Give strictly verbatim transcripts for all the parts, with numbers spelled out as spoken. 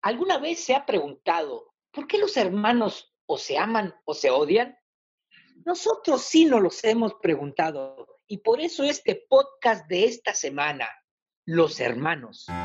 ¿Alguna vez se ha preguntado por qué los hermanos o se aman o se odian? Nosotros sí nos los hemos preguntado y por eso este podcast de esta semana, Los Hermanos.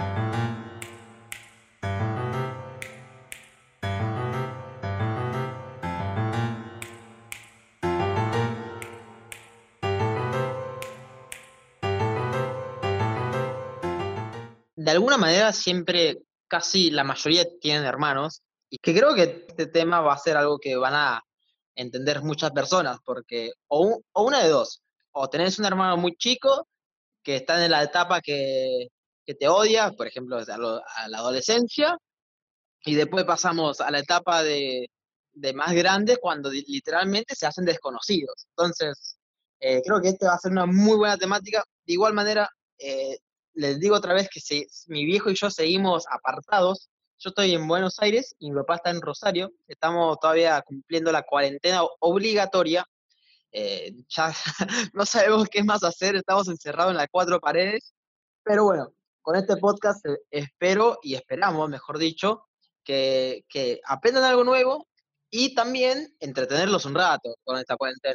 De alguna manera siempre, casi la mayoría tienen hermanos, y que creo que este tema va a ser algo que van a entender muchas personas, porque o, u- o una de dos, o tenés un hermano muy chico que está en la etapa que, que te odia, por ejemplo, a, lo- a la adolescencia, y después pasamos a la etapa de, de más grande cuando di- literalmente se hacen desconocidos. Entonces, eh, creo que este va a ser una muy buena temática. De igual manera, eh, les digo otra vez que si, mi viejo y yo seguimos apartados. Yo estoy en Buenos Aires y mi papá está en Rosario. Estamos todavía cumpliendo la cuarentena o- obligatoria. Eh, ya no sabemos qué más hacer, estamos encerrados en las cuatro paredes, pero bueno, con este podcast eh, espero y esperamos, mejor dicho, que, que aprendan algo nuevo y también entretenerlos un rato con esta cuarentena.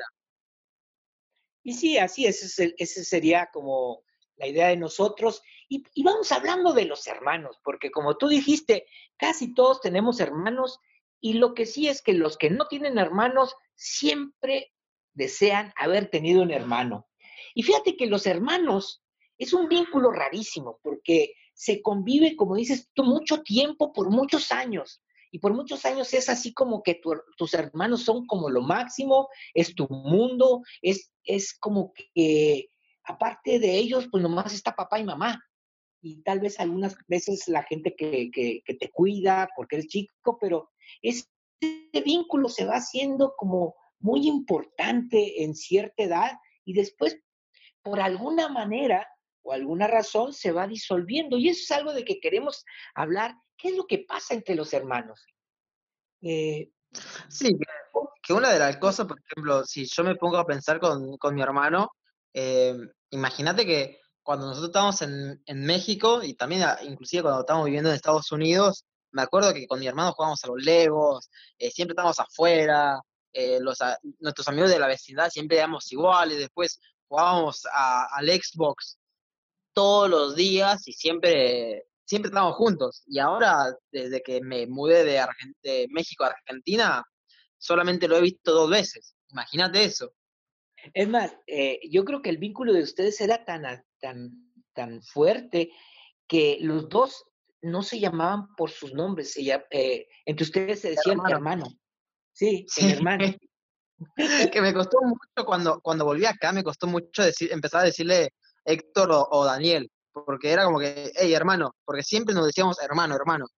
Y sí, así es, ese, es el- ese sería como la idea de nosotros. Y, y vamos hablando de los hermanos, porque como tú dijiste, casi todos tenemos hermanos y lo que sí es que los que no tienen hermanos siempre desean haber tenido un hermano. Y fíjate que los hermanos es un vínculo rarísimo porque se convive, como dices tú, mucho tiempo por muchos años. Y por muchos años es así como que tu- tus hermanos son como lo máximo, es tu mundo, es, es como que aparte de ellos, pues nomás está papá y mamá. Y tal vez algunas veces la gente que, que, que te cuida porque eres chico, pero ese vínculo se va haciendo como muy importante en cierta edad y después por alguna manera o alguna razón se va disolviendo. Y eso es algo de que queremos hablar. ¿Qué es lo que pasa entre los hermanos? Eh, Sí, que, que una de las cosas, por ejemplo, si yo me pongo a pensar con, con mi hermano, eh, imagínate que cuando nosotros estábamos en, en México y también a- inclusive cuando estábamos viviendo en Estados Unidos, me acuerdo que con mi hermano jugábamos a los Legos, eh, siempre estábamos afuera, eh, los, a- nuestros amigos de la vecindad siempre éramos iguales, después jugábamos a- al Xbox todos los días y siempre, siempre estábamos juntos. Y ahora, desde que me mudé de, Argen- de México a Argentina, solamente lo he visto dos veces. Imagínate eso. es más, eh, yo creo que el vínculo de ustedes era tan, tan, tan fuerte que los dos no se llamaban por sus nombres, se llam- eh, entre ustedes se decían Hermano, hermano, sí, el sí, hermano. que me costó mucho cuando, cuando volví acá, me costó mucho decir, empezar a decirle Héctor o, o Daniel, porque era como que, hey, hermano, porque siempre nos decíamos hermano, hermano.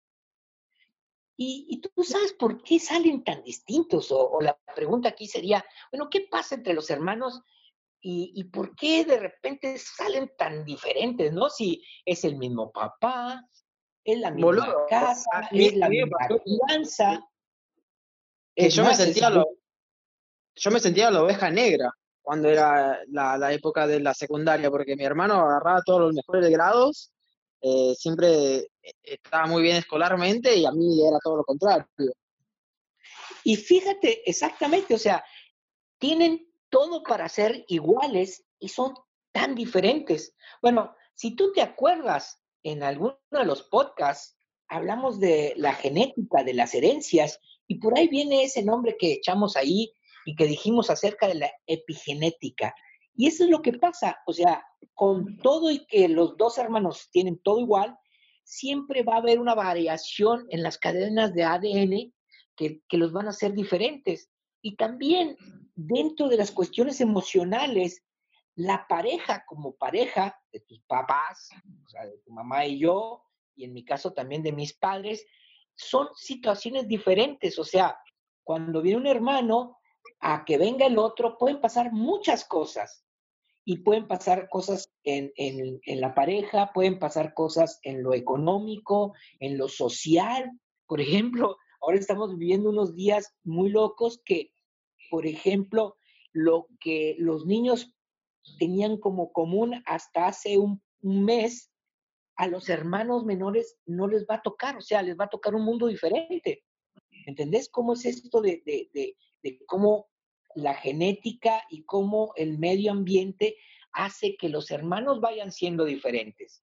Y, y tú sabes por qué salen tan distintos, o, o la pregunta aquí sería, bueno, ¿qué pasa entre los hermanos y, y por qué de repente salen tan diferentes, ¿no? Si es el mismo papá, es la misma Boludo, casa, a mí, es a la mí me misma pasó que, crianza, que es yo me más, es sentía lo, yo me sentía la oveja negra cuando era la, la época de la secundaria, porque mi hermano agarraba todos los mejores grados, eh, siempre eh, estaba muy bien escolarmente y a mí era todo lo contrario. y fíjate exactamente, o sea, tienen todo para ser iguales y son tan diferentes. Bueno, si tú te acuerdas, en alguno de los podcasts hablamos de la genética, de las herencias, y por ahí viene ese nombre que echamos ahí y que dijimos acerca de la epigenética. Y eso es lo que pasa, o sea, con todo y que los dos hermanos tienen todo igual, siempre va a haber una variación en las cadenas de A D N que, que los van a hacer diferentes. Y también dentro de las cuestiones emocionales, la pareja como pareja de tus papás, o sea, de tu mamá y yo, y en mi caso también de mis padres, son situaciones diferentes. O sea, cuando viene un hermano a que venga el otro, pueden pasar muchas cosas. Y pueden pasar cosas en, en, en la pareja, pueden pasar cosas en lo económico, en lo social. Por ejemplo, ahora estamos viviendo unos días muy locos que, por ejemplo, lo que los niños tenían como común hasta hace un, un mes, a los hermanos menores no les va a tocar, o sea, les va a tocar un mundo diferente. ¿Entendés cómo es esto de, de, de, de cómo la genética y cómo el medio ambiente hace que los hermanos vayan siendo diferentes?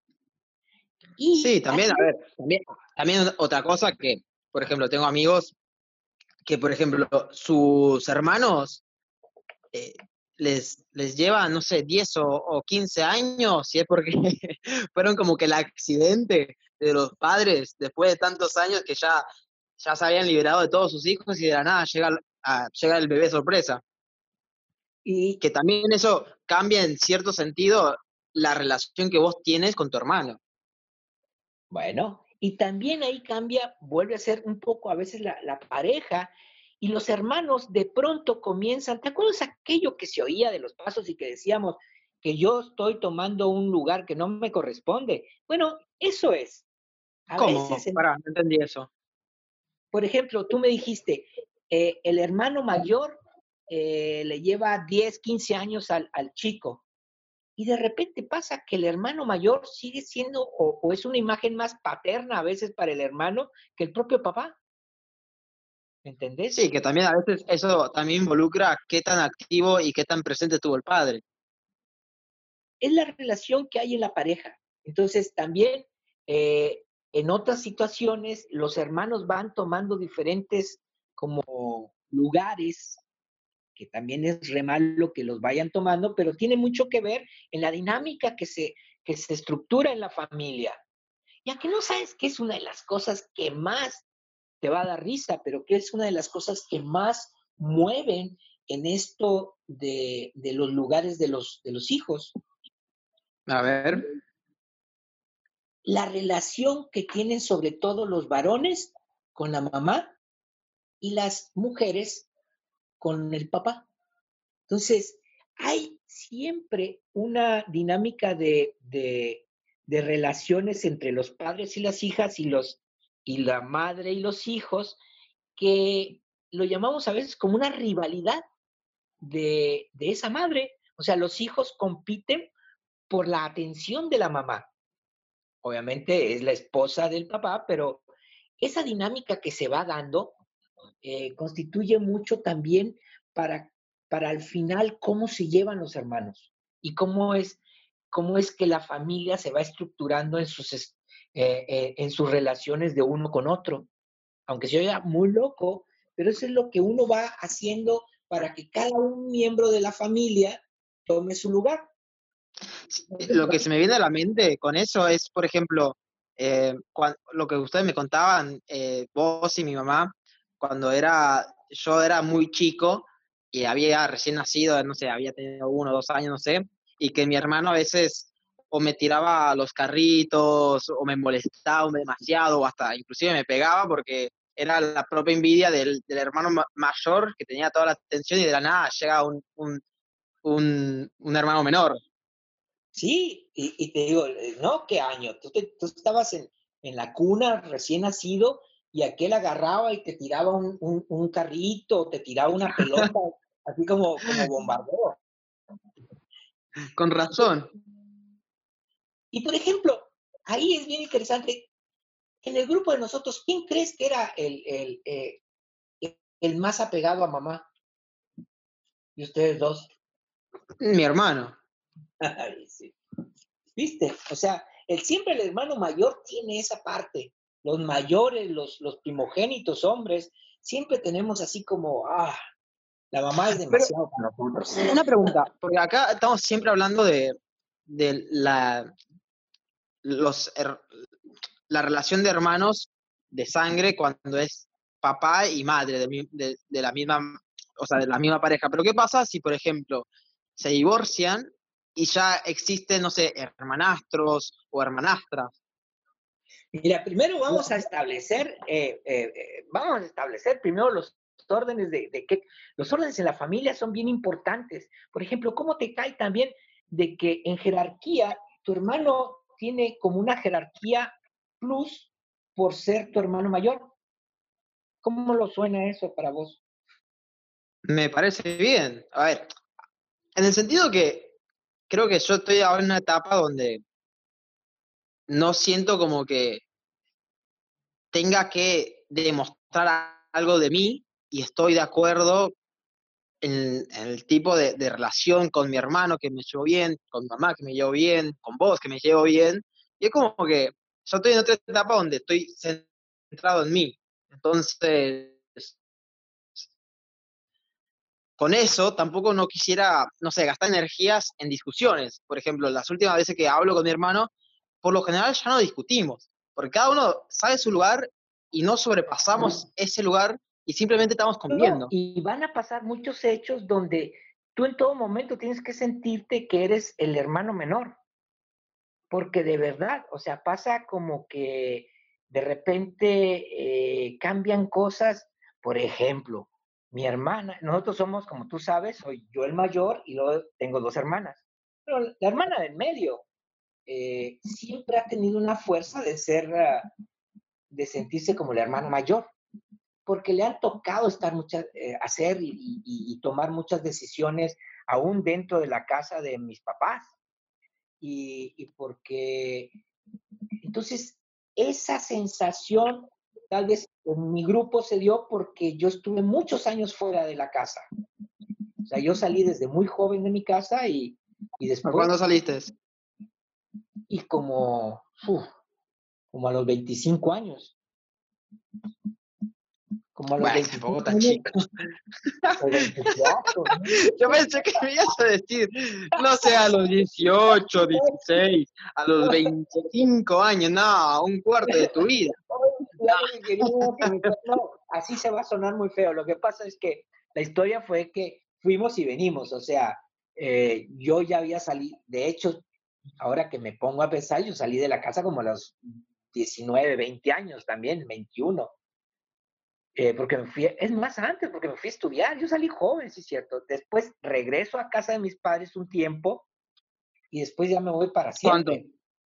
Y Sí, también, a así, ver, también, también otra cosa que, por ejemplo, tengo amigos que, por ejemplo, sus hermanos eh, les, les llevan, no sé, diez o, o quince años, y es porque fueron como que el accidente de los padres después de tantos años que ya, ya se habían liberado de todos sus hijos y de la nada llega, a, llega el bebé sorpresa. y Que también eso cambia en cierto sentido la relación que vos tienes con tu hermano. bueno, y también ahí cambia, vuelve a ser un poco a veces la, la pareja y los hermanos de pronto comienzan, ¿te acuerdas aquello que se oía de los pasos y que decíamos que yo estoy tomando un lugar que no me corresponde? Bueno, eso es. A veces, ¿Cómo? en- Pará, no entendí eso. por ejemplo, tú me dijiste, eh, el hermano mayor eh, le lleva diez, quince años al, al chico. Y de repente pasa que el hermano mayor sigue siendo o, o es una imagen más paterna a veces para el hermano que el propio papá, ¿entendés? Sí, que también a veces eso también involucra qué tan activo y qué tan presente tuvo el padre. Es la relación que hay en la pareja. Entonces también eh, en otras situaciones los hermanos van tomando diferentes como lugares, que también es re malo que los vayan tomando, pero tiene mucho que ver en la dinámica que se, que se estructura en la familia. Ya que no sabes que es una de las cosas que más te va a dar risa, pero que es una de las cosas que más mueven en esto de, de los lugares de los, de los hijos. A ver, La relación que tienen sobre todo los varones con la mamá y las mujeres con el papá. Entonces, hay siempre una dinámica de, de, de relaciones entre los padres y las hijas y, los, y la madre y los hijos que lo llamamos a veces como una rivalidad de, de esa madre. O sea, los hijos compiten por la atención de la mamá. Obviamente es la esposa del papá, pero esa dinámica que se va dando eh, constituye mucho también para, para al final cómo se llevan los hermanos y cómo es, cómo es que la familia se va estructurando en sus, eh, eh, en sus relaciones de uno con otro. Aunque se oiga muy loco, pero eso es lo que uno va haciendo para que cada un miembro de la familia tome su lugar. lo que se me viene a la mente con eso es, por ejemplo, eh, cuan- lo que ustedes me contaban, eh, vos y mi mamá, cuando era, yo era muy chico y había recién nacido, no sé, había tenido uno o dos años, no sé, y que mi hermano a veces o me tiraba a los carritos o me molestaba demasiado o hasta inclusive me pegaba porque era la propia envidia del, del hermano ma- mayor que tenía toda la atención y de la nada llega un, un, un, un hermano menor. Sí, y, y te digo, eh, ¿no? ¿Qué año? Tú, te- tú estabas en, en la cuna recién nacido y aquel agarraba y te tiraba un, un, un carrito, te tiraba una pelota, así como, como bombardeo. Con razón. Y por ejemplo, ahí es bien interesante, en el grupo de nosotros, ¿quién crees que era el, el, eh, el más apegado a mamá? Y ustedes dos. Mi hermano. Ay, sí. ¿Viste? O sea, el, siempre el hermano mayor tiene esa parte. Los mayores, los, los primogénitos hombres, siempre tenemos así como, ah, la mamá es Pero demasiado para nosotros. una pregunta, porque acá estamos siempre hablando de, de la, los, her- la relación de hermanos de sangre cuando es papá y madre de, mi- de- de la misma, o sea, de la misma pareja. Pero ¿qué pasa si, por ejemplo, se divorcian y ya existen, no sé, hermanastros o hermanastras? Mira, primero vamos a establecer, eh, eh, eh, vamos a establecer primero los órdenes de, de que los órdenes en la familia son bien importantes. Por ejemplo, ¿cómo te cae también de que en jerarquía tu hermano tiene como una jerarquía plus por ser tu hermano mayor? ¿Cómo lo suena eso para vos? Me parece bien. A ver, en el sentido que creo que yo estoy ahora en una etapa donde no siento como que tenga que demostrar algo de mí y estoy de acuerdo en, en el tipo de, de relación con mi hermano que me llevo bien, con mi mamá que me llevo bien, con vos que me llevo bien. Y es como que yo estoy en otra etapa donde estoy centrado en mí. Entonces, con eso tampoco no quisiera, no sé, gastar energías en discusiones. Por ejemplo, las últimas veces que hablo con mi hermano, por lo general ya no discutimos, porque cada uno sabe su lugar y no sobrepasamos ese lugar y simplemente estamos No, conviviendo. y van a pasar muchos hechos donde tú en todo momento tienes que sentirte que eres el hermano menor, porque de verdad, o sea, pasa como que de repente eh, cambian cosas. Por ejemplo, mi hermana, nosotros somos, como tú sabes, soy yo el mayor y luego tengo dos hermanas, pero la hermana del medio eh, siempre ha tenido una fuerza de ser, uh, de sentirse como la hermana mayor, porque le han tocado estar muchas, eh, hacer y, y, y, tomar muchas decisiones aún dentro de la casa de mis papás. Y, y porque, entonces, esa sensación, tal vez en mi grupo se dio porque yo estuve muchos años fuera de la casa. O sea, yo salí desde muy joven de mi casa y, y después, ¿Cuándo saliste? y como, uf, como a los veinticinco años, como a los Bueno, tampoco veinticinco tan años, chico. o veinticuatro, ¿no? Yo pensé que me ibas a decir, no sé, a los dieciocho, dieciséis, a los veinticinco años, no, un cuarto de tu vida. Ya lo que quería era que me... No, así se va a sonar muy feo. Lo que pasa es que la historia fue que fuimos y venimos. O sea, eh, yo ya había salido, de hecho, ahora que me pongo a pensar, yo salí de la casa como a los diecinueve, veinte años también, veintiuno. Eh, porque me fui, es más antes, porque me fui a estudiar. Yo salí joven, sí es cierto. Después regreso a casa de mis padres un tiempo y después ya me voy para ¿Cuánto? siempre.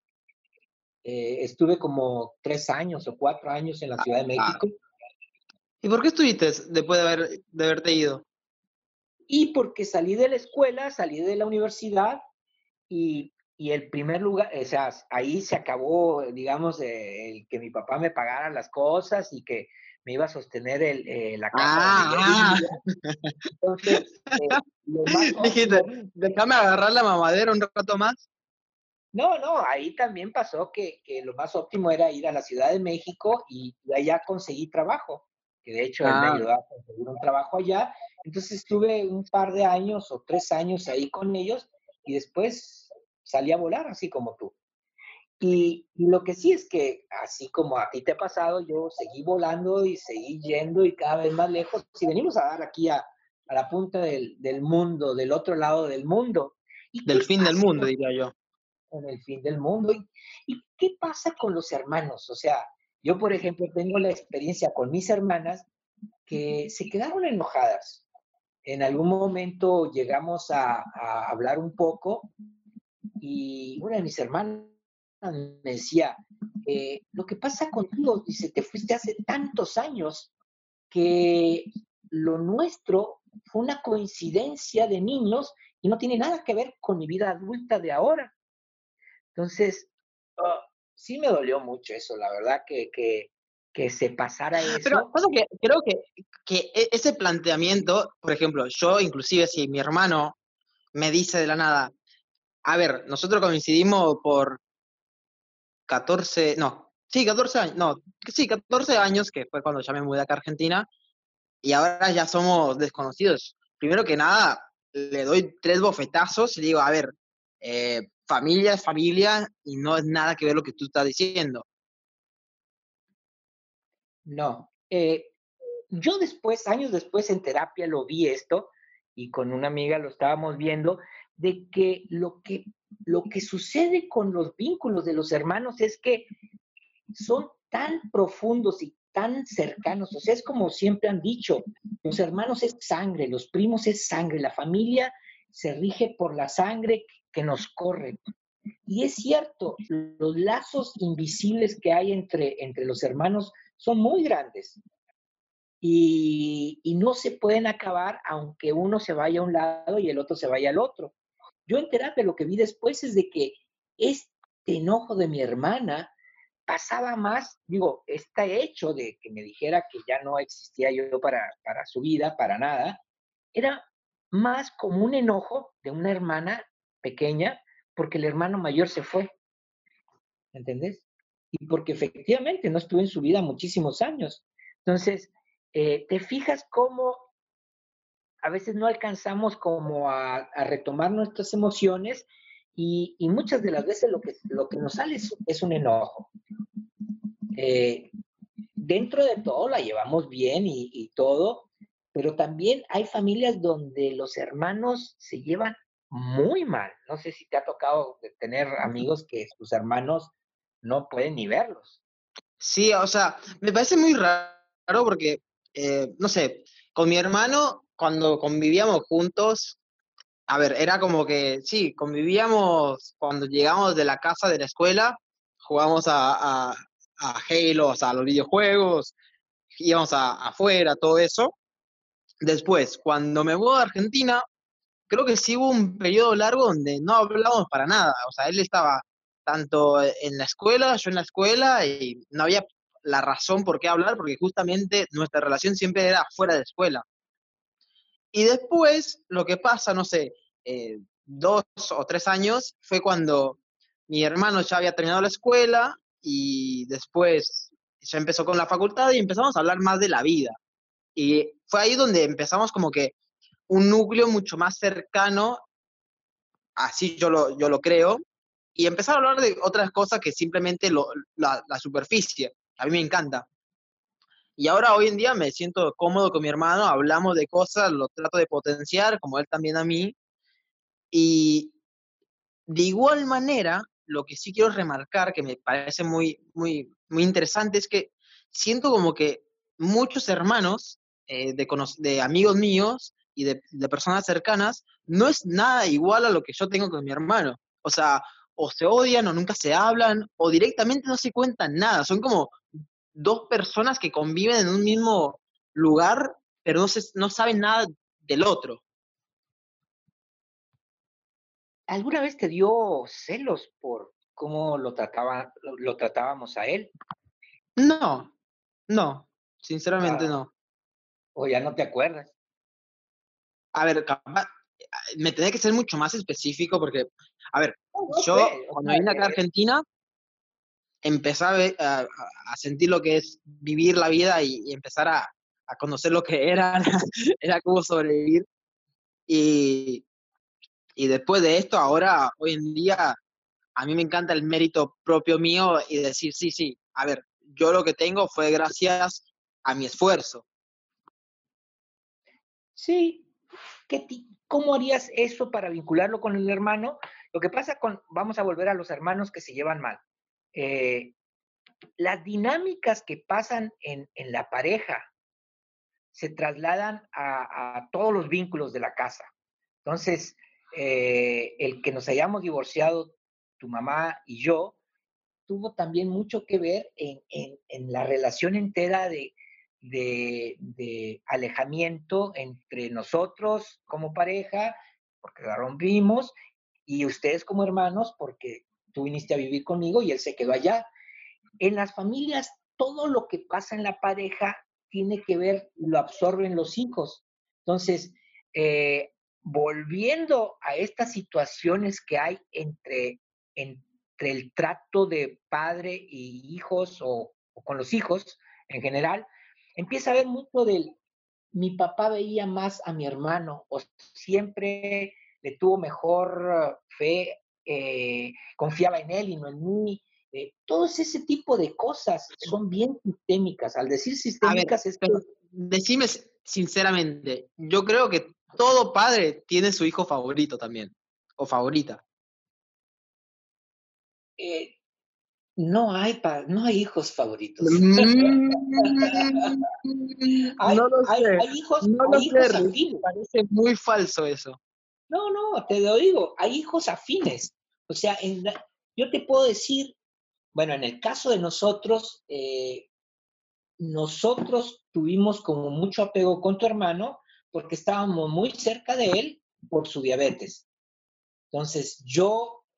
Eh, estuve como tres años o cuatro años en la Ciudad de Ah, México. ¿y por qué estuviste después de, haber, de haberte ido? Y porque salí de la escuela, salí de la universidad y, y el primer lugar, o sea, ahí se acabó, digamos, eh, el que mi papá me pagara las cosas y que me iba a sostener el, eh, la casa donde yo Ah, vivía. Entonces, eh, lo más ah. Dijiste, óptimo, déjame agarrar la mamadera un rato más. no, no, ahí también pasó que, que lo más óptimo era ir a la Ciudad de México y, y allá conseguí trabajo, que de hecho él me Ah, ayudó a conseguir un trabajo allá. Entonces estuve un par de años o tres años ahí con ellos y después salí a volar, así como tú. Y, y lo que sí es que, así como a ti te ha pasado, yo seguí volando y seguí yendo y cada vez más lejos. Si venimos a dar aquí a, a la punta del, del mundo, del otro lado del mundo, ¿y qué del fin del pasa mundo, con diría yo. con el fin del mundo? ¿Y, ¿Y qué pasa con los hermanos? O sea, yo, por ejemplo, tengo la experiencia con mis hermanas que se quedaron enojadas. En algún momento llegamos a, a hablar un poco y una de mis hermanas me decía, eh, lo que pasa contigo, dice, te fuiste hace tantos años que lo nuestro fue una coincidencia de niños y no tiene nada que ver con mi vida adulta de ahora. Entonces, uh, sí me dolió mucho eso, la verdad, que, que, que se pasara Pero eso. pasa que creo que, que e- ese planteamiento, por ejemplo, yo inclusive si mi hermano me dice de la nada, a ver, nosotros coincidimos por catorce, no, sí, catorce años, no, sí, catorce años, que fue cuando ya me mudé acá a Argentina, y ahora ya somos desconocidos. Primero que nada, le doy tres bofetazos y le digo, a ver, eh, familia es familia y no es nada que ver lo que tú estás diciendo. No. Eh, yo después, años después en terapia lo vi esto y con una amiga lo estábamos viendo, de que lo que, lo que sucede con los vínculos de los hermanos es que son tan profundos y tan cercanos. O sea, es como siempre han dicho, los hermanos es sangre, los primos es sangre, la familia se rige por la sangre que nos corre. Y es cierto, los lazos invisibles que hay entre, entre los hermanos son muy grandes y, y no se pueden acabar aunque uno se vaya a un lado y el otro se vaya al otro. Yo en terapia lo que vi después es de que es enojo de mi hermana pasaba más, digo, este hecho de que me dijera que ya no existía yo para, para su vida, para nada, era más como un enojo de una hermana pequeña porque el hermano mayor se fue, ¿entendés? Y porque efectivamente no estuvo en su vida muchísimos años. Entonces, eh, te fijas cómo a veces no alcanzamos como a, a retomar nuestras emociones y, y, muchas de las veces lo que, lo que nos sale es, es un enojo. Eh, dentro de todo la llevamos bien y, y todo, pero también hay familias donde los hermanos se llevan muy mal. No sé si te ha tocado tener amigos que sus hermanos no pueden ni verlos. Sí, o sea, me parece muy raro porque, eh, no sé, con mi hermano, cuando convivíamos juntos, a ver, era como que, sí, convivíamos cuando llegamos de la casa de la escuela, jugábamos a, a, a Halo, o sea, a los videojuegos, íbamos a, afuera, todo eso. Después, cuando me voy a Argentina, creo que sí hubo un periodo largo donde no hablábamos para nada. O sea, él estaba tanto en la escuela, yo en la escuela, y no había la razón por qué hablar, porque justamente nuestra relación siempre era fuera de escuela. Y después, lo que pasa, no sé, eh, dos o tres años, fue cuando mi hermano ya había terminado la escuela y después ya empezó con la facultad y empezamos a hablar más de la vida. Y fue ahí donde empezamos como que un núcleo mucho más cercano, así yo lo, yo lo creo, y empezar a hablar de otras cosas que simplemente lo, la, la superficie. A mí me encanta. Y ahora hoy en día me siento cómodo con mi hermano, hablamos de cosas, lo trato de potenciar, como él también a mí. Y de igual manera, lo que sí quiero remarcar, que me parece muy, muy, muy interesante, es que siento como que muchos hermanos eh, de, de amigos míos y de, de personas cercanas no es nada igual a lo que yo tengo con mi hermano. O sea, o se odian o nunca se hablan o directamente no se cuentan nada. Son como dos personas que conviven en un mismo lugar, pero no, se, no saben nada del otro. ¿Alguna vez te dio celos por cómo lo, trataba, lo, lo tratábamos a él? No, no, sinceramente Ah, no. o ya no te acuerdas. A ver, capaz, me tenía que ser mucho más específico porque, a ver, No, no yo sé, o cuando sea, vine acá a eh, Argentina empecé a, ver- a- a sentir lo que es vivir la vida y, y empezar a, a conocer lo que era, era cómo sobrevivir. Y, y después de esto, ahora, hoy en día, a mí me encanta el mérito propio mío y decir, sí, sí, a ver, yo lo que tengo fue gracias a mi esfuerzo. sí, ¿qué ti- ¿cómo harías eso para vincularlo con el hermano? Lo que pasa con, vamos a volver a los hermanos que se llevan mal. Eh, las dinámicas que pasan en, en la pareja se trasladan a, a, todos los vínculos de la casa. Entonces, eh, el que nos hayamos divorciado, tu mamá y yo, tuvo también mucho que ver en, en, en la relación entera de, de, de, alejamiento entre nosotros como pareja, porque la rompimos, y ustedes como hermanos, porque tú viniste a vivir conmigo y él se quedó allá. En las familias, todo lo que pasa en la pareja tiene que ver, lo absorben los hijos. Entonces, eh, volviendo a estas situaciones que hay entre, entre el trato de padre y hijos o, o con los hijos en general, empieza a haber mucho del, mi papá veía más a mi hermano o siempre le tuvo mejor fe, eh, confiaba en él y no en mí. Eh, todos ese tipo de cosas son bien sistémicas. Al decir A ver, sistémicas es que pero decime sinceramente, yo creo que todo padre tiene su hijo favorito también, o favorita. eh, no, hay pa, no hay hijos favoritos. Mm, hay, no lo hay, sé, hay, hijos, no lo hay sé, hijos Rick, afines. parece muy falso eso. No, no, te lo digo, hay hijos afines. O sea, en la, yo te puedo decir, bueno, en el caso de nosotros, eh, nosotros tuvimos como mucho apego con tu hermano porque estábamos muy cerca de él por su diabetes. Entonces, yo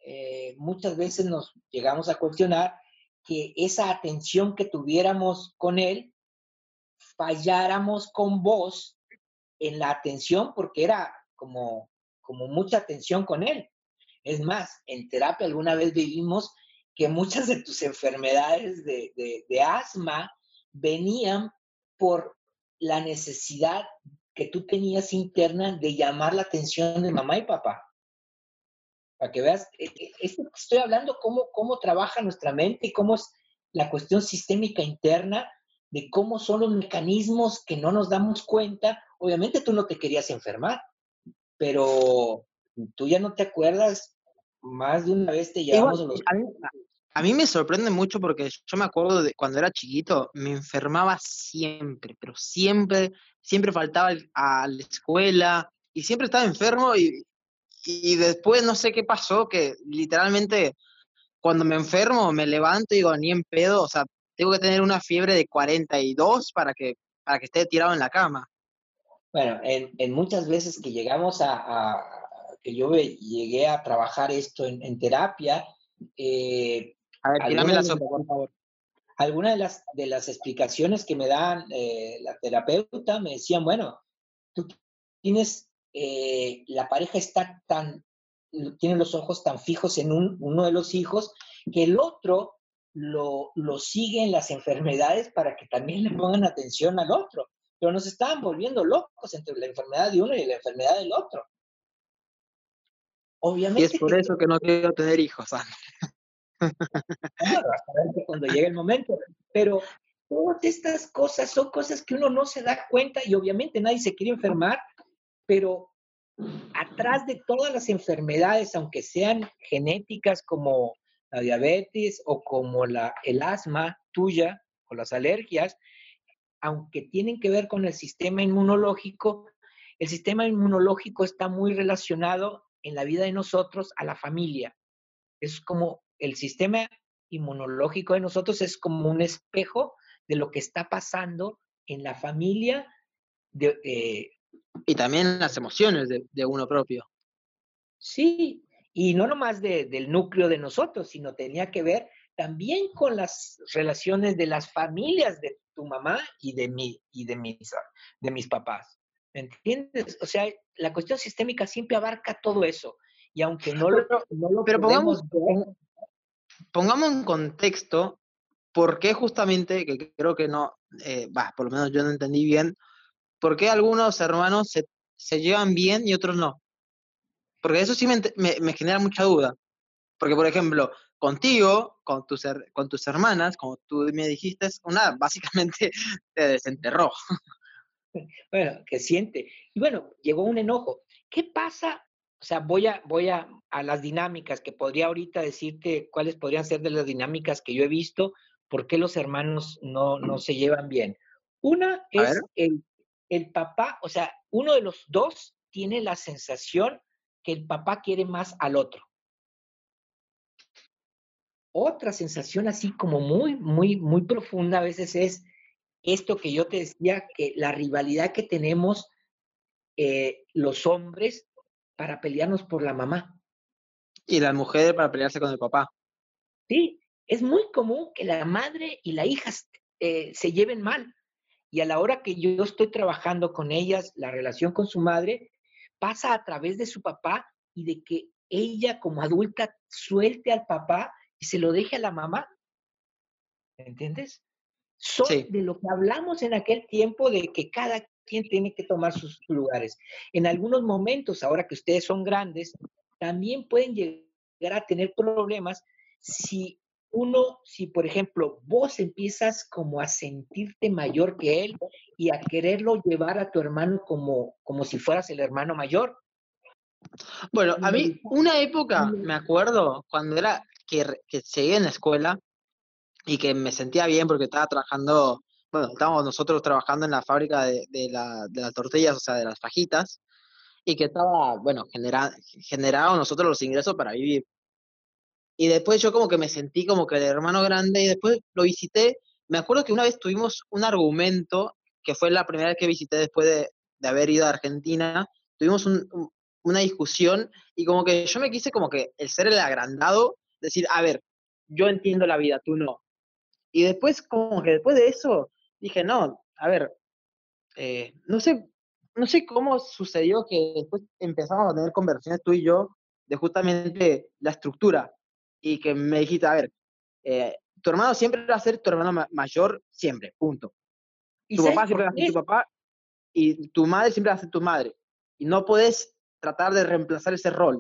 eh, muchas veces nos llegamos a cuestionar que esa atención que tuviéramos con él, falláramos con vos en la atención porque era como, como mucha atención con él. Es más, en terapia alguna vez vivimos que muchas de tus enfermedades de, de, de asma venían por la necesidad que tú tenías interna de llamar la atención de mamá y papá. Para que veas, e, e, esto que estoy hablando, cómo, cómo trabaja nuestra mente y cómo es la cuestión sistémica interna de cómo son los mecanismos que no nos damos cuenta. Obviamente tú no te querías enfermar, pero tú ya no te acuerdas, más de una vez te Igual, llevamos a los... a mí, a mí me sorprende mucho porque yo me acuerdo de cuando era chiquito, me enfermaba siempre, pero siempre, siempre faltaba al- a la escuela y siempre estaba enfermo y, y después no sé qué pasó, que literalmente cuando me enfermo me levanto y digo, ni en pedo, o sea, tengo que tener una fiebre de cuarenta y dos para que, para que esté tirado en la cama. Bueno, en, en muchas veces que llegamos a, a- que yo ve- llegué a trabajar esto en, en terapia, eh, A ver, tirame algunas la de sopa, las por favor. algunas de las, de las explicaciones que me dan eh, la terapeuta me decían, bueno, tú tienes, eh, la pareja está tan, tiene los ojos tan fijos en un, uno de los hijos que el otro lo, lo sigue en las enfermedades para que también le pongan atención al otro. Pero nos estaban volviendo locos entre la enfermedad de uno y la enfermedad del otro. Y es Obviamente por que eso que no quiero tener hijos, Ana. claro, hasta ver que cuando llegue el momento. Pero todas estas cosas son cosas que uno no se da cuenta y obviamente nadie se quiere enfermar, pero atrás de todas las enfermedades, aunque sean genéticas como la diabetes o como la, el asma tuya o las alergias, aunque tienen que ver con el sistema inmunológico, el sistema inmunológico está muy relacionado en la vida de nosotros a la familia. Es como el sistema inmunológico de nosotros es como un espejo de lo que está pasando en la familia. De, eh, Y también las emociones de, de uno propio. sí, y no nomás de, del núcleo de nosotros, sino tenía que ver también con las relaciones de las familias de tu mamá y de, mi, y de, mis, de mis papás. ¿Me entiendes? O sea, la cuestión sistémica siempre abarca todo eso. Y aunque no lo, Pero, no lo pero podemos pongamos, ver, pongamos en contexto por qué justamente, que creo que no, eh, bah, por lo menos yo no entendí bien, por qué algunos hermanos se, se llevan bien y otros no. Porque eso sí me, ent- me, me genera mucha duda. Porque, por ejemplo, contigo, con tus, her- con tus hermanas, como tú me dijiste, una básicamente te desenterró. bueno, que siente. Y bueno, llegó un enojo. ¿Qué pasa? O sea, voy a, voy a, a las dinámicas que podría ahorita decirte cuáles podrían ser de las dinámicas que yo he visto, por qué los hermanos no, no se llevan bien. Una A ver, es el, el papá, o sea, uno de los dos tiene la sensación que el papá quiere más al otro. Otra sensación así como muy, muy, muy profunda a veces es esto que yo te decía, que la rivalidad que tenemos eh, los hombres para pelearnos por la mamá. y las mujeres para pelearse con el papá. Sí, es muy común que la madre y la hija eh, se lleven mal. Y a la hora que yo estoy trabajando con ellas, la relación con su madre pasa a través de su papá y de que ella como adulta suelte al papá y se lo deje a la mamá. ¿Me entiendes? Son Sí. de lo que hablamos en aquel tiempo de que cada quien tiene que tomar sus lugares. En algunos momentos, ahora que ustedes son grandes, también pueden llegar a tener problemas si uno, si por ejemplo vos empiezas como a sentirte mayor que él y a quererlo llevar a tu hermano como, como si fueras el hermano mayor. Bueno, a mí, una época, me acuerdo, cuando era que, re- que seguía en la escuela y que me sentía bien porque estaba trabajando, bueno, estábamos nosotros trabajando en la fábrica de, de, la, de las tortillas, o sea, de las fajitas, y que estaba, bueno, genera, generado nosotros los ingresos para vivir. Y después yo como que me sentí como que el hermano grande y después lo visité. Me acuerdo que una vez tuvimos un argumento, que fue la primera vez que visité después de, de haber ido a Argentina, tuvimos un, un- una discusión y como que yo me quise como que el ser el agrandado, decir, a ver, yo entiendo la vida, tú no. Y después como que después de eso dije, no, a ver, eh, no sé, no sé cómo sucedió que después empezamos a tener conversaciones tú y yo de justamente la estructura y que me dijiste, a ver, eh, tu hermano siempre va a ser tu hermano ma- mayor, siempre, punto. ¿Y Tu sabes papá siempre por va a ser tu qué? papá y tu madre siempre va a ser tu madre. Y no puedes tratar de reemplazar ese rol.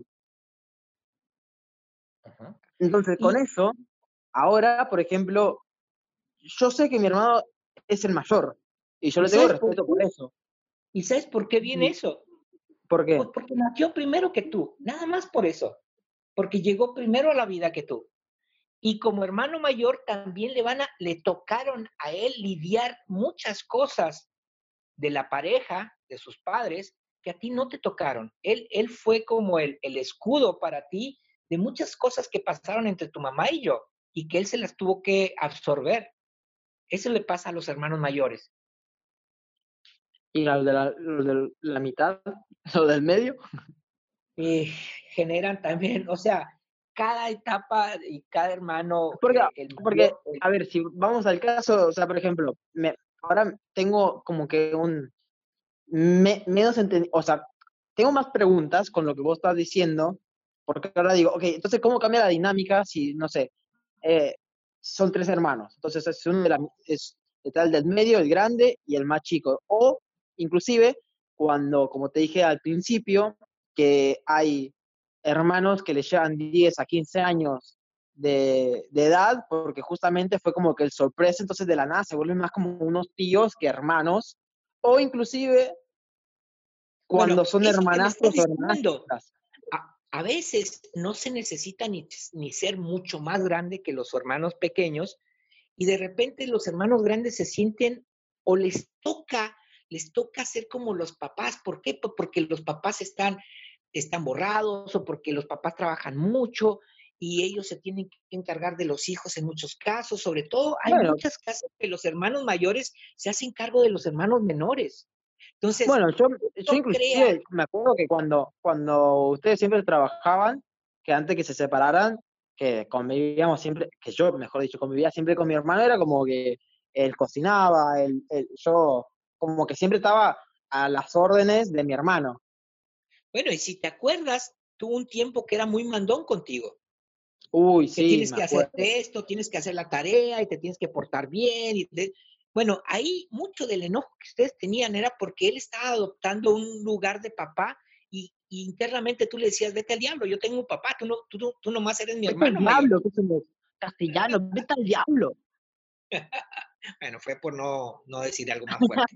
Ajá. Entonces, con Y, eso, ahora, por ejemplo, yo sé que mi hermano es el mayor y yo ¿y le tengo sabes por respeto qué? por eso. ¿Y sabes por qué viene ¿Y eso? por Pues qué? porque nació primero que tú, nada más por eso, porque llegó primero a la vida que tú. Y como hermano mayor también le van a, le tocaron a él lidiar muchas cosas de la pareja, de sus padres, que a ti no te tocaron. Él, él fue como el, el escudo para ti de muchas cosas que pasaron entre tu mamá y yo, y que él se las tuvo que absorber. Eso le pasa a los hermanos mayores. ¿Y lo de la, lo de la mitad? ¿Lo del medio? Eh, generan también, o sea, cada etapa y cada hermano, Porque, eh, el porque, mayor, el- a ver, si vamos al caso, o sea, por ejemplo, me, ahora tengo como que un me, menos entendido, o sea, tengo más preguntas con lo que vos estás diciendo, porque ahora digo, ok, entonces, ¿cómo cambia la dinámica si, no sé, eh, son tres hermanos? Entonces, es uno de la, es, está el del medio, el grande y el más chico. O, inclusive, cuando, como te dije al principio, que hay hermanos que le llevan diez a quince años de, de edad, porque justamente fue como que el sorpresa, entonces de la nada se vuelven más como unos tíos que hermanos, o inclusive bueno, cuando son eso que me estás hermanastros o diciendo, hermanastras. a, a veces no se necesita ni, ni ser mucho más grande que los hermanos pequeños, y de repente los hermanos grandes se sienten o les toca, les toca ser como los papás. ¿Por qué? Pues porque los papás están, están borrados o porque los papás trabajan mucho y ellos se tienen que encargar de los hijos en muchos casos. Sobre todo, hay Bueno, muchas casas que los hermanos mayores se hacen cargo de los hermanos menores. Entonces, bueno, yo, yo esto crea, inclusive me acuerdo que cuando, cuando ustedes siempre trabajaban, que antes que se separaran, que convivíamos siempre, que yo, mejor dicho, convivía siempre con mi hermano, era como que él cocinaba, él, él- yo como que siempre estaba a las órdenes de mi hermano. bueno, y si te acuerdas, tuvo un tiempo que era muy mandón contigo, Uy, que sí, tienes me que hacer acuerdo. esto, tienes que hacer la tarea y te tienes que portar bien. Y te... Bueno, ahí mucho del enojo que ustedes tenían era porque él estaba adoptando un lugar de papá y, y internamente tú le decías, vete al diablo, yo tengo un papá, tú, no, tú, tú nomás eres mi Vete al hermano mayor. diablo, que son los castellanos, vete al diablo. Bueno, fue por no, no decir algo más fuerte.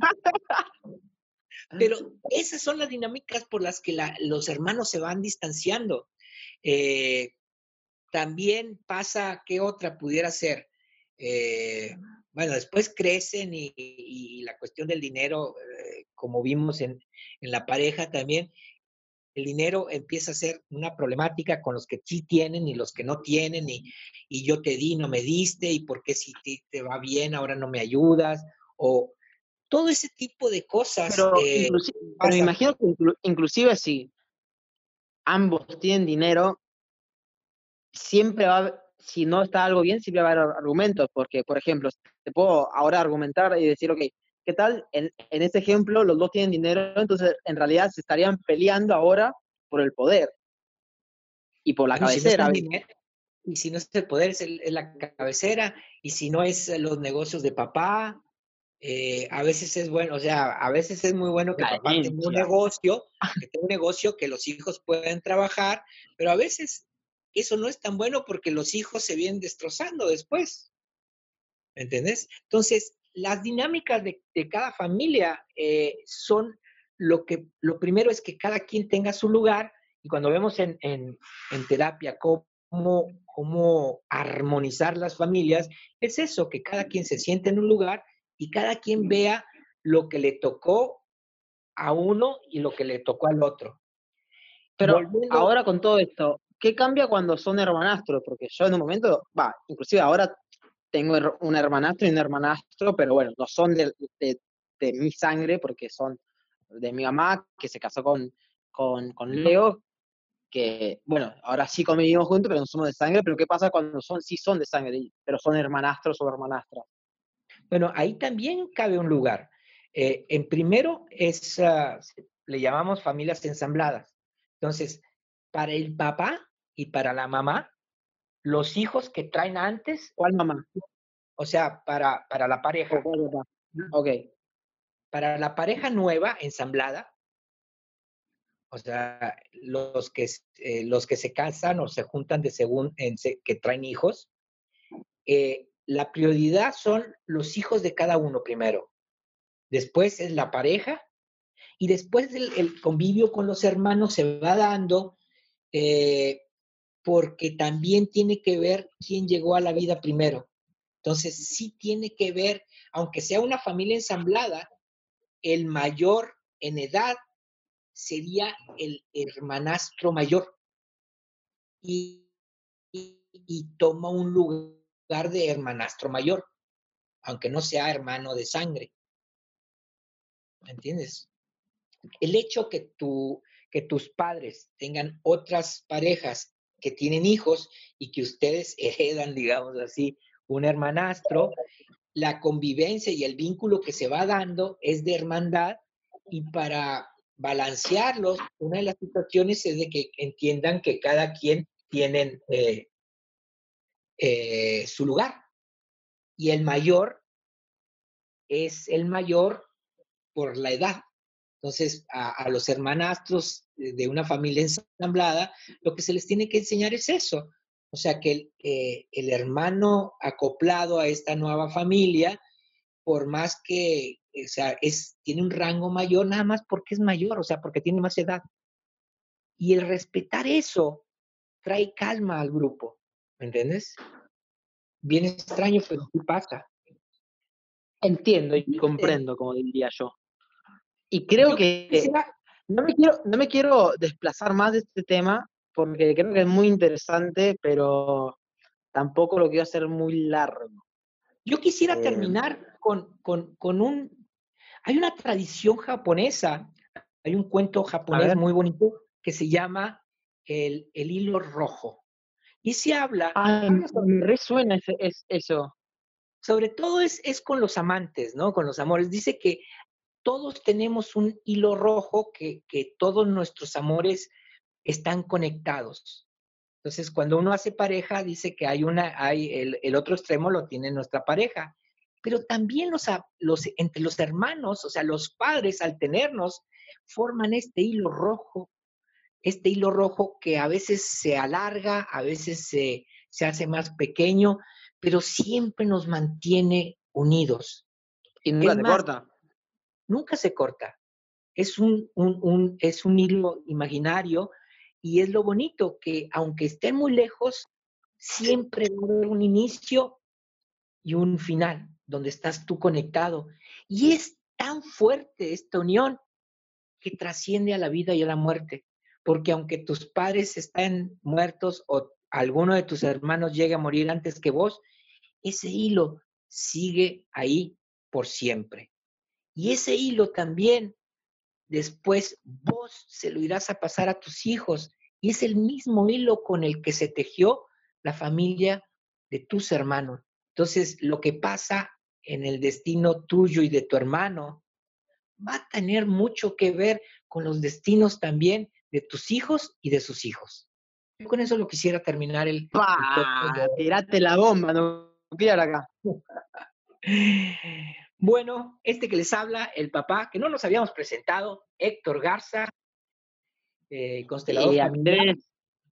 Pero esas son las dinámicas por las que la, los hermanos se van distanciando. Eh, También pasa, ¿qué otra pudiera ser? Eh, bueno, después crecen y, y, y, la cuestión del dinero, eh, como vimos en, en, la pareja también, el dinero empieza a ser una problemática con los que sí tienen y los que no tienen, y, y yo te di, no me diste, y por qué si te, te va bien, ahora no me ayudas, o todo ese tipo de cosas Pero, eh, inclusive, pero me pasan. imagino que inclu- inclusive si ambos tienen dinero, siempre va a haber, si no está algo bien, siempre va a haber argumentos, porque, por ejemplo, te puedo ahora argumentar y decir, ok, ¿qué tal? En, en este ejemplo, los dos tienen dinero, entonces en realidad se estarían peleando ahora por el poder y por la Bueno, y si no es cabecera. el ¿Ves? dinero, y si no es el poder, es, el, es la cabecera, y si no es los negocios de papá, eh, a veces es bueno, o sea, a veces es muy bueno que La papá tenga un herencia. negocio, que tenga un negocio, que los hijos puedan trabajar, pero a veces eso no es tan bueno porque los hijos se vienen destrozando después, ¿me entendés? Entonces, las dinámicas de, de cada familia eh, son lo que, lo primero es que cada quien tenga su lugar, y cuando vemos en, en, en terapia cómo, cómo armonizar las familias, es eso, que cada quien se siente en un lugar y cada quien vea lo que le tocó a uno y lo que le tocó al otro. Pero Volviendo, ahora con todo esto, ¿qué cambia cuando son hermanastros? Porque yo en un momento, va, inclusive ahora tengo her- un hermanastro y un hermanastro, pero bueno, no son de, de- de mi sangre porque son de mi mamá, que se casó con, con, con Leo, que, bueno, ahora sí convivimos juntos, pero no somos de sangre, pero ¿qué pasa cuando son, sí son de sangre, pero son hermanastros o hermanastras? Bueno, ahí también cabe un lugar. Eh, en primero es, uh, le llamamos familias ensambladas. Entonces, para el papá y para la mamá, los hijos que traen antes, ¿Cuál mamá? o sea, para, para la ¿O pareja, cuál papá? Ok. para la pareja nueva, ensamblada, o sea, los que, eh, los que se casan o se juntan de según en se, que traen hijos, eh, la prioridad son los hijos de cada uno primero. Después es la pareja y después el, el convivio con los hermanos se va dando eh, porque también tiene que ver quién llegó a la vida primero. Entonces sí tiene que ver, aunque sea una familia ensamblada, el mayor en edad sería el hermanastro mayor y, y, y toma un lugar de hermanastro mayor, aunque no sea hermano de sangre. ¿Me entiendes? El hecho que, tu, que tus padres tengan otras parejas que tienen hijos y que ustedes heredan, digamos así, un hermanastro, la convivencia y el vínculo que se va dando es de hermandad y para balancearlos, una de las situaciones es de que entiendan que cada quien tiene eh, eh, su lugar y el mayor es el mayor por la edad. Entonces, a, a los hermanastros de una familia ensamblada, lo que se les tiene que enseñar es eso. O sea, que el, eh, el hermano acoplado a esta nueva familia, por más que, o sea, es, tiene un rango mayor, nada más porque es mayor, o sea, porque tiene más edad. Y el respetar eso trae calma al grupo, ¿me entiendes? Bien extraño, pero sí pasa. Entiendo y Eh, comprendo, como diría yo. Y creo yo que quisiera, no me quiero, no me quiero desplazar más de este tema, porque creo que es muy interesante, pero tampoco lo quiero hacer muy largo. yo quisiera Eh, terminar con, con, con un... Hay una tradición japonesa, hay un cuento a japonés ver. muy bonito que se llama El, el hilo rojo. Y se habla, Ay, habla sobre, me resuena ese, es, eso. sobre todo es, es con los amantes, ¿no? Con los amores. Dice que todos tenemos un hilo rojo, que, que todos nuestros amores están conectados. Entonces, cuando uno hace pareja, dice que hay una, hay el, el otro extremo lo tiene nuestra pareja. Pero también los, los, entre los hermanos, o sea, los padres al tenernos, forman este hilo rojo, este hilo rojo que a veces se alarga, a veces se, se hace más pequeño, pero siempre nos mantiene unidos. Y nunca Es se más, corta. nunca se corta. Es un, un, un, es un hilo imaginario y es lo bonito que aunque estén muy lejos, siempre va a haber un inicio y un final donde estás tú conectado. Y es tan fuerte esta unión que trasciende a la vida y a la muerte, porque aunque tus padres estén muertos o alguno de tus hermanos llegue a morir antes que vos, ese hilo sigue ahí por siempre. Y ese hilo también después vos se lo irás a pasar a tus hijos y es el mismo hilo con el que se tejió la familia de tus hermanos. Entonces, lo que pasa en el destino tuyo y de tu hermano va a tener mucho que ver con los destinos también de tus hijos y de sus hijos. Yo con eso lo quisiera terminar el, el podcast de ¡Pah! hoy. Tirate la bomba, no quiero acá. Bueno, este que les habla, el papá, que no nos habíamos presentado, Héctor Garza, eh, constelador Y familiar. Andrés,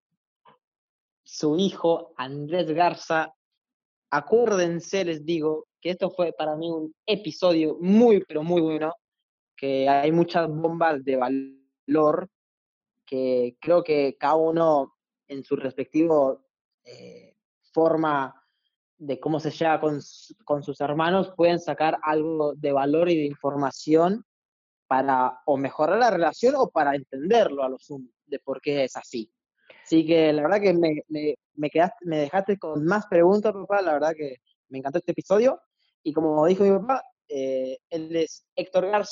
su hijo, Andrés Garza, acuérdense, les digo, que esto fue para mí un episodio muy, pero muy bueno, que hay muchas bombas de valor, que creo que cada uno en su respectivo eh, forma de cómo se lleva con, con sus hermanos pueden sacar algo de valor y de información para o mejorar la relación o para entenderlo a lo sumo, de por qué es así. Así que la verdad que me, me, me, quedaste, me dejaste con más preguntas, papá. La verdad que me encantó este episodio. Y como dijo mi papá, eh, él es Héctor Garza,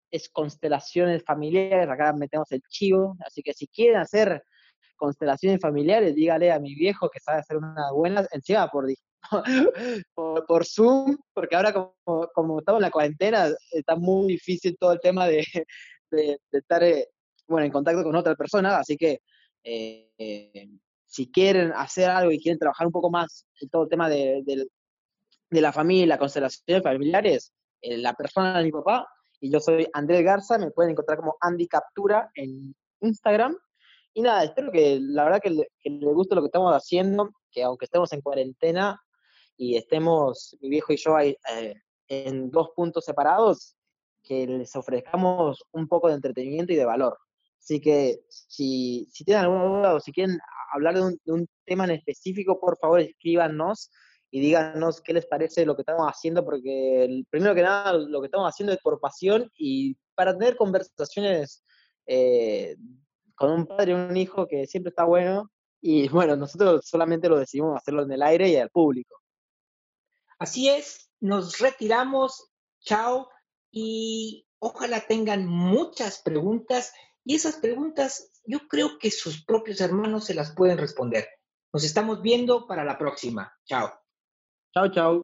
es constelaciones familiares, acá metemos el chivo, así que si quieren hacer constelaciones familiares, dígale a mi viejo que sabe hacer unas buenas, encima por, por, por Zoom, porque ahora como, como estamos en la cuarentena, está muy difícil todo el tema de, de, de estar eh, bueno, en contacto con otra persona, así que eh, eh, si quieren hacer algo y quieren trabajar un poco más en todo el tema de, de, de la familia, constelaciones familiares, eh, la persona de mi papá, y yo soy Andrés Garza, me pueden encontrar como Andy Captura en Instagram. Y nada, espero que la verdad que le, que le guste lo que estamos haciendo, que aunque estemos en cuarentena y estemos, mi viejo y yo, ahí, eh, en dos puntos separados, que les ofrezcamos un poco de entretenimiento y de valor. Así que si, si tienen alguna duda o si quieren hablar de un, de un tema en específico, por favor escríbanos y díganos qué les parece lo que estamos haciendo, porque el, primero que nada lo que estamos haciendo es por pasión y para tener conversaciones eh, con un padre y un hijo que siempre está bueno, y bueno, nosotros solamente lo decidimos hacerlo en el aire y al público. Así es, nos retiramos, chao, y ojalá tengan muchas preguntas y esas preguntas yo creo que sus propios hermanos se las pueden responder. Nos estamos viendo para la próxima. Chao. Chau, chau.